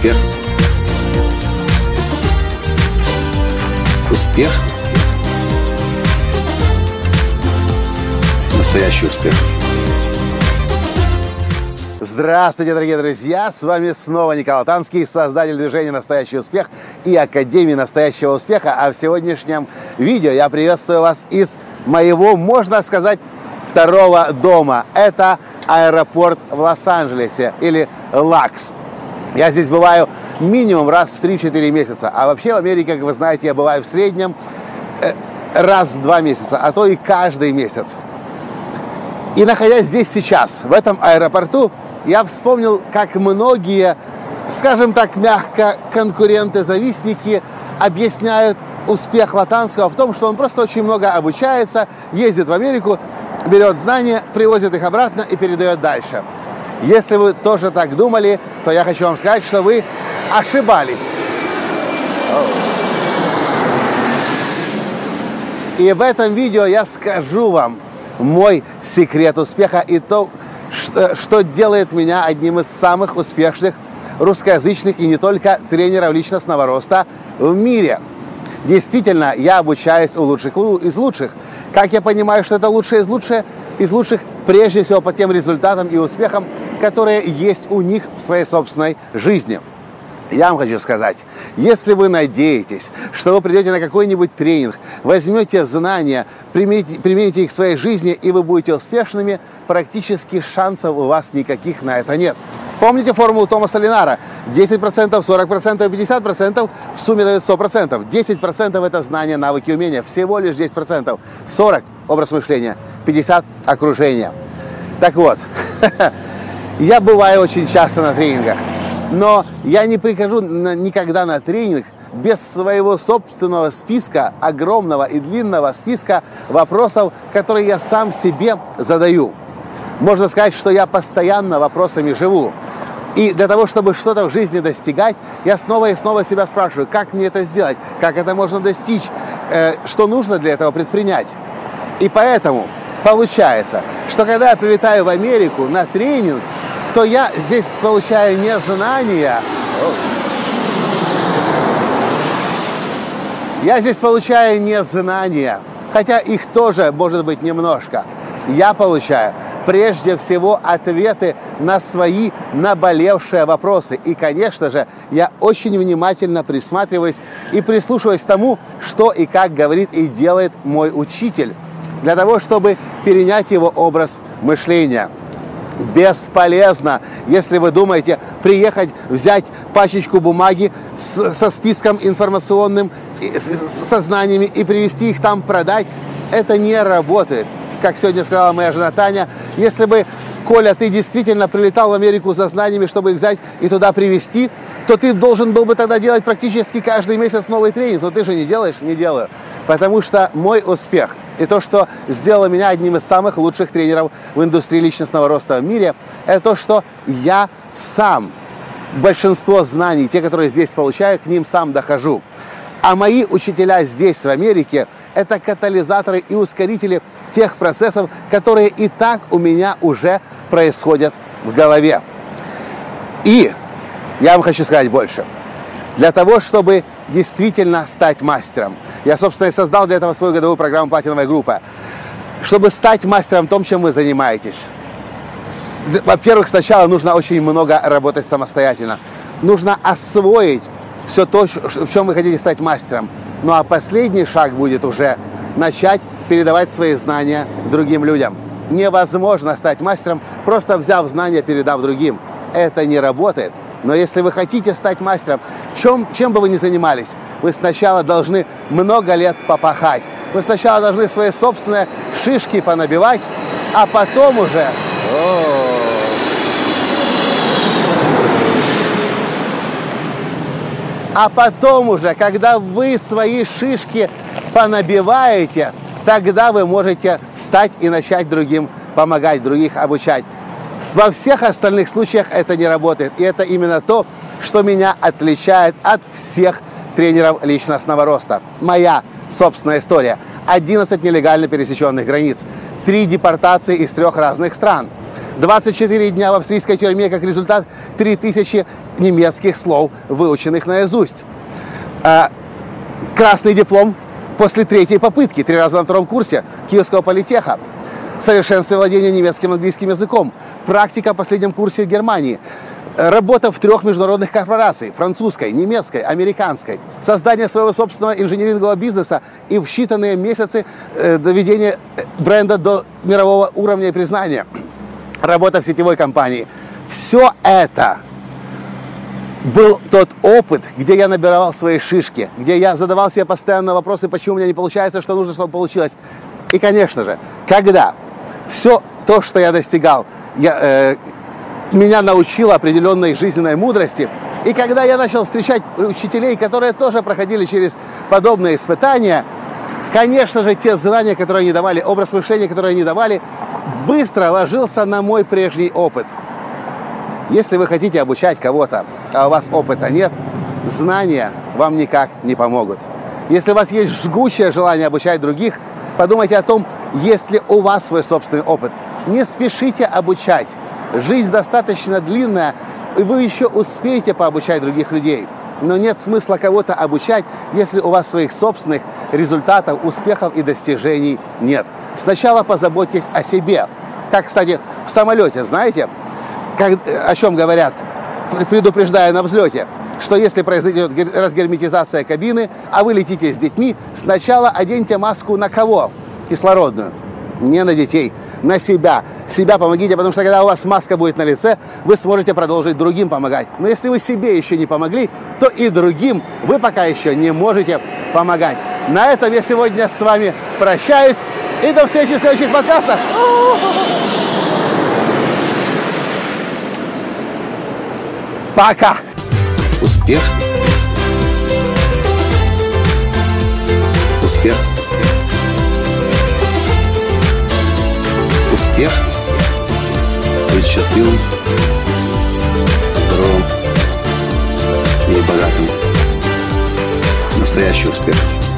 Успех. Успех. Настоящий успех. Здравствуйте, дорогие друзья! С вами снова Николай Танский, создатель движения «Настоящий успех» и Академии настоящего успеха. А в сегодняшнем видео я приветствую вас из моего, можно сказать, второго дома. Это аэропорт в Лос-Анджелесе, или ЛАКС. Я здесь бываю минимум раз в 3-4 месяца. А вообще в Америке, как вы знаете, я бываю в среднем раз в 2 месяца, а то и каждый месяц. И находясь здесь сейчас, в этом аэропорту, я вспомнил, как многие, скажем так, мягко, конкуренты-завистники объясняют успех Латанского в том, что он просто очень много обучается, ездит в Америку, берет знания, привозит их обратно и передает дальше. Если вы тоже так думали, то я хочу вам сказать, что вы ошибались. И в этом видео я скажу вам мой секрет успеха и то, что делает меня одним из самых успешных русскоязычных и не только тренеров личностного роста в мире. Действительно, я обучаюсь у лучших из лучших. Как я понимаю, что это лучшие из лучших, прежде всего по тем результатам и успехам, которые есть у них в своей собственной жизни. Я вам хочу сказать, если вы надеетесь, что вы придете на какой-нибудь тренинг, возьмете знания, примените их в своей жизни, и вы будете успешными, практически шансов у вас никаких на это нет. Помните формулу Томаса Ленара? 10%, 40% и 50% в сумме дают 100%. 10% это знания, навыки, умения. Всего лишь 10%. 40% образ мышления, 50% окружение. Так вот, я бываю очень часто на тренингах. Но я не прихожу никогда на тренинг без своего собственного списка, огромного и длинного списка вопросов, которые я сам себе задаю. Можно сказать, что я постоянно вопросами живу. И для того, чтобы что-то в жизни достигать, я снова и снова себя спрашиваю, как мне это сделать, как это можно достичь, что нужно для этого предпринять. И поэтому получается, что когда я прилетаю в Америку на тренинг, то я здесь получаю не знания. Я здесь получаю не знания, хотя их тоже может быть немножко. Я получаю прежде всего ответы на свои наболевшие вопросы. И, конечно же, я очень внимательно присматриваюсь и прислушиваюсь к тому, что и как говорит и делает мой учитель, для того, чтобы перенять его образ мышления. Бесполезно, если вы думаете приехать, взять пачечку бумаги со списком информационным, со знаниями и привезти их там продать. Это не работает. Как сегодня сказала моя жена Таня, если бы, Коля, ты действительно прилетал в Америку за знаниями, чтобы их взять и туда привезти, то ты должен был бы тогда делать практически каждый месяц новый тренинг. Но ты же не делаешь? Не делаю. Потому что мой успех и то, что сделало меня одним из самых лучших тренеров в индустрии личностного роста в мире, это то, что я сам большинство знаний, те, которые здесь получаю, к ним сам дохожу. А мои учителя здесь, в Америке, это катализаторы и ускорители тех процессов, которые и так у меня уже происходят в голове. И я вам хочу сказать больше. Для того, чтобы действительно стать мастером, я, собственно, и создал для этого свою годовую программу «Платиновая группа». Чтобы стать мастером в том, чем вы занимаетесь, во-первых, сначала нужно очень много работать самостоятельно. Нужно освоить все то, в чем вы хотите стать мастером. Ну а последний шаг будет уже начать передавать свои знания другим людям. Невозможно стать мастером, просто взяв знания, передав другим. Это не работает. Но если вы хотите стать мастером, чем бы вы ни занимались, вы сначала должны много лет попахать. Вы сначала должны свои собственные шишки понабивать, а потом уже... А потом уже, когда вы свои шишки понабиваете, тогда вы можете встать и начать другим помогать, других обучать. Во всех остальных случаях это не работает. И это именно то, что меня отличает от всех тренеров личностного роста. Моя собственная история. 11 нелегально пересеченных границ. 3 депортации из 3 разных стран. 24 дня в австрийской тюрьме, как результат 3000 немецких слов, выученных наизусть. Красный диплом после 3-й попытки, 3 раза на 2-м курсе Киевского политеха. Совершенствование владения немецким и английским языком. Практика в последнем курсе в Германии. Работа в 3 международных корпорациях: французской, немецкой, американской. Создание своего собственного инжинирингового бизнеса и в считанные месяцы доведение бренда до мирового уровня и признания. Работа в сетевой компании. Все это был тот опыт, где я набирал свои шишки, где я задавал себе постоянно вопросы, почему у меня не получается, что нужно, чтобы получилось. И, конечно же, когда все то, что я достигал, меня научило определенной жизненной мудрости, и когда я начал встречать учителей, которые тоже проходили через подобные испытания, конечно же, те знания, которые они давали, образ мышления, который они давали, быстро ложился на мой прежний опыт. Если вы хотите обучать кого-то, а у вас опыта нет, знания вам никак не помогут. Если у вас есть жгучее желание обучать других, подумайте о том, есть ли у вас свой собственный опыт. Не спешите обучать. Жизнь достаточно длинная, и вы еще успеете пообучать других людей. Но нет смысла кого-то обучать, если у вас своих собственных результатов, успехов и достижений нет. Сначала позаботьтесь о себе. Как, кстати, в самолете, знаете, о чем говорят, предупреждая на взлете, что если произойдет разгерметизация кабины, а вы летите с детьми, сначала оденьте маску на кого? Кислородную. Не на детей, на себя. Себя помогите, потому что когда у вас маска будет на лице, вы сможете продолжить другим помогать. Но если вы себе еще не помогли, то и другим вы пока еще не можете помогать. На этом я сегодня с вами прощаюсь. И до встречи в следующих подкастах. Пока! Успех. Успех. Успех. Быть счастливым, здоровым и богатым. Настоящий успех.